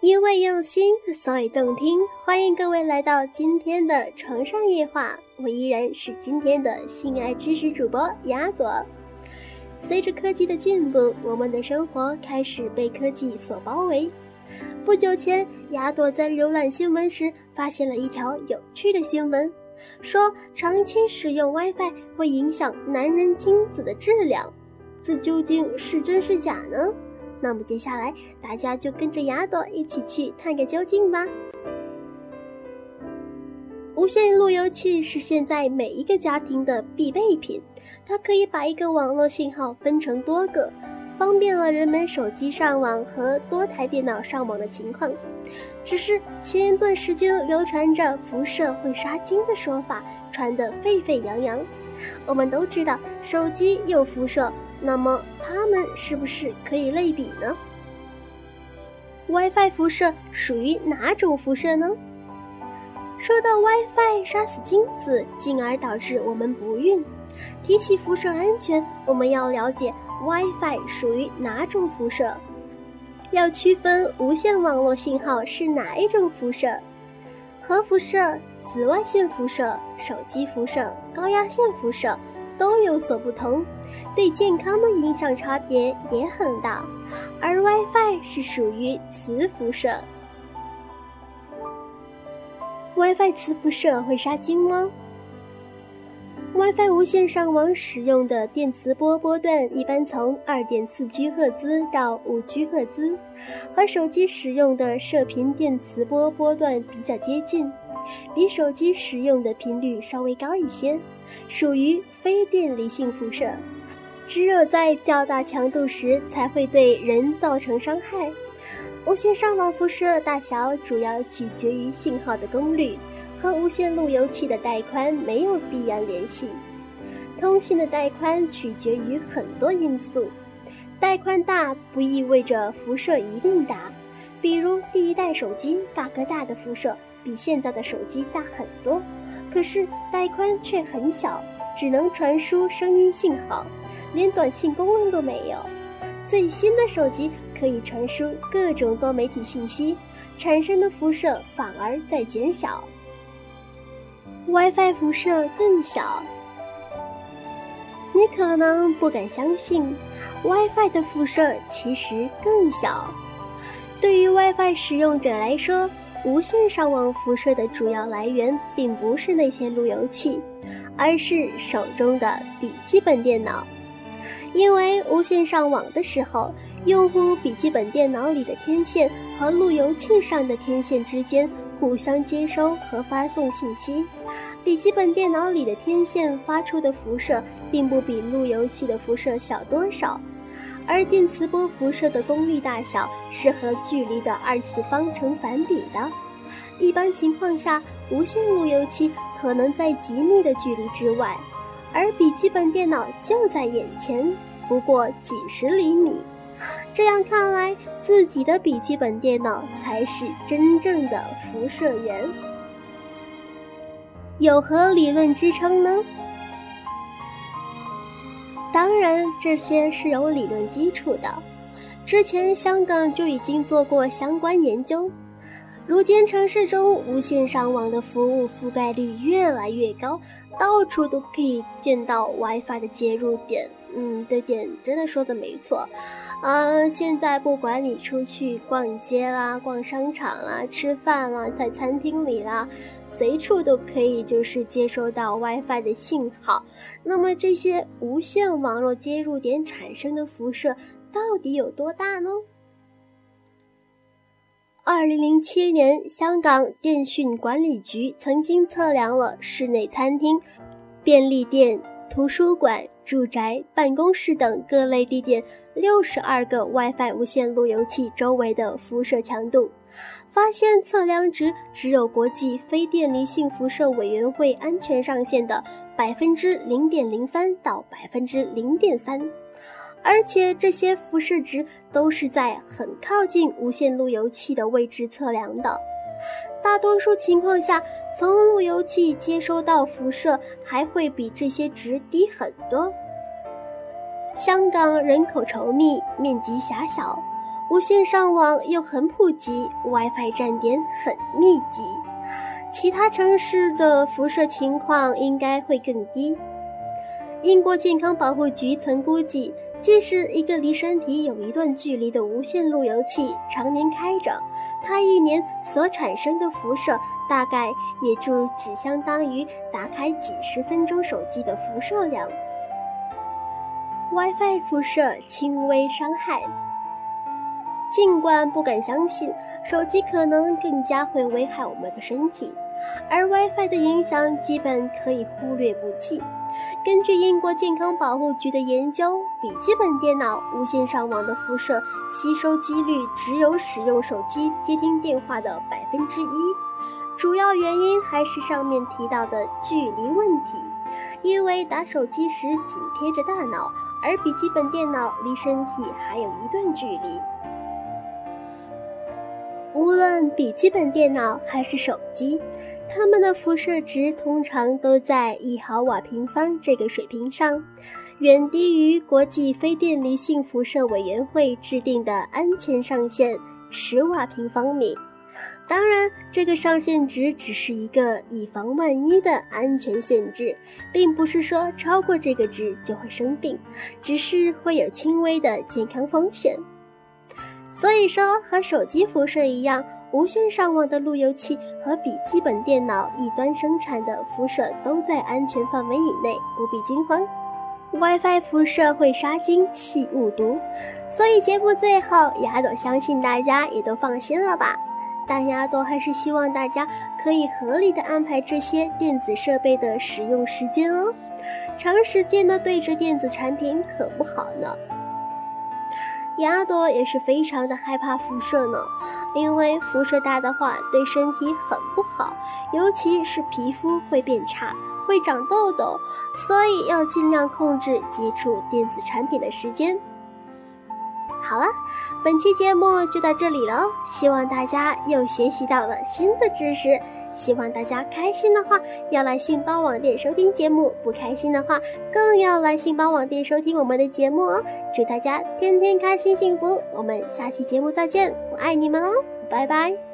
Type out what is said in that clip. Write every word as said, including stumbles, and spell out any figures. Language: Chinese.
因为用心，所以动听。欢迎各位来到今天的床上夜话，我依然是今天的性爱知识主播雅朵。随着科技的进步，我们的生活开始被科技所包围。不久前，雅朵在浏览新闻时发现了一条有趣的新闻，说长期使用 WiFi 会影响男人精子的质量，这究竟是真是假呢？那么接下来大家就跟着雅朵一起去探个究竟吧。无线路由器是现在每一个家庭的必备品，它可以把一个网络信号分成多个，方便了人们手机上网和多台电脑上网的情况。只是前一段时间流传着辐射会杀精的说法，传得沸沸扬扬。我们都知道手机有辐射，那么它们是不是可以类比呢？ WiFi 辐射属于哪种辐射呢？说到 WiFi 杀死精子，进而导致我们不孕。提起辐射安全，我们要了解 WiFi 属于哪种辐射，要区分无线网络信号是哪一种辐射。核辐射、紫外线辐射、手机辐射、高压线辐射都有所不同，对健康的影响差别也很大，而 WiFi 是属于磁辐射。WiFi 磁辐射会杀精吗？ WiFi 无线上网使用的电磁波波段一般从 二点四吉赫兹 到五吉赫兹，和手机使用的射频电磁波波段比较接近，比手机使用的频率稍微高一些，属于非电离性辐射，只有在较大强度时才会对人造成伤害。无线上网辐射大小主要取决于信号的功率，和无线路由器的带宽没有必然联系。通信的带宽取决于很多因素，带宽大不意味着辐射一定大，比如第一代手机大哥大的辐射比现在的手机大很多，可是带宽却很小，只能传输声音信号，连短信功能都没有。最新的手机可以传输各种多媒体信息，产生的辐射反而在减少。WiFi 辐射更小，你可能不敢相信 WiFi 的辐射其实更小。对于 WiFi 使用者来说，无线上网辐射的主要来源并不是那些路由器，而是手中的笔记本电脑。因为无线上网的时候，用户笔记本电脑里的天线和路由器上的天线之间互相接收和发送信息，笔记本电脑里的天线发出的辐射并不比路由器的辐射小多少，而电磁波辐射的功率大小是和距离的二次方成反比的。一般情况下，无线路由器可能在几米的距离之外，而笔记本电脑就在眼前，不过几十厘米。这样看来，自己的笔记本电脑才是真正的辐射源。有何理论支撑呢？当然，这些是有理论基础的。之前香港就已经做过相关研究。如今城市中无线上网的服务覆盖率越来越高，到处都可以见到 WiFi 的接入点。嗯，这点真的说的没错。嗯，现在不管你出去逛街啦、逛商场啦、吃饭啦、在餐厅里啦，随处都可以就是接收到 WiFi 的信号。那么这些无线网络接入点产生的辐射到底有多大呢？二零零七年，香港电讯管理局曾经测量了室内餐厅、便利店、图书馆、住宅、办公室等各类地点六十二个 WiFi 无线路由器周围的辐射强度，发现测量值只有国际非电离性辐射委员会安全上限的 百分之零点零三 到 百分之零点三，而且这些辐射值都是在很靠近无线路由器的位置测量的。大多数情况下，从路由器接收到辐射还会比这些值低很多。香港人口稠密，面积狭小， 无线上网又很普及 ，WiFi 站点很密集，其他城市的辐射情况应该会更低。英国健康保护局曾估计，即使一个离身体有一段距离的无线路由器常年开着，它一年所产生的辐射大概也就只相当于打开几十分钟手机的辐射量。WiFi 辐射轻微伤害，尽管不敢相信手机可能更加会危害我们的身体，而 WiFi 的影响基本可以忽略不计。根据英国健康保护局的研究，笔记本电脑无线上网的辐射吸收几率只有使用手机接听电话的百分之一，主要原因还是上面提到的距离问题，因为打手机时紧贴着大脑，而笔记本电脑离身体还有一段距离。无论笔记本电脑还是手机，它们的辐射值通常都在一毫瓦平方这个水平上，远低于国际非电离性辐射委员会制定的安全上限十瓦平方米。当然，这个上限值只是一个以防万一的安全限制，并不是说超过这个值就会生病，只是会有轻微的健康风险。所以说，和手机辐射一样，无线上网的路由器和笔记本电脑一端生产的辐射都在安全范围以内，不必惊慌。WiFi 辐射会杀菌，系误读，所以节目最后，雅朵相信大家也都放心了吧？但雅朵还是希望大家可以合理的安排这些电子设备的使用时间哦，长时间的对着电子产品可不好呢。雅朵也是非常的害怕辐射呢，因为辐射大的话对身体很不好，尤其是皮肤会变差，会长痘痘，所以要尽量控制接触电子产品的时间。好了，本期节目就到这里了，希望大家又学习到了新的知识。希望大家开心的话要来信邦网店收听节目，不开心的话更要来信邦网店收听我们的节目哦。祝大家天天开心幸福，我们下期节目再见，我爱你们哦，拜拜。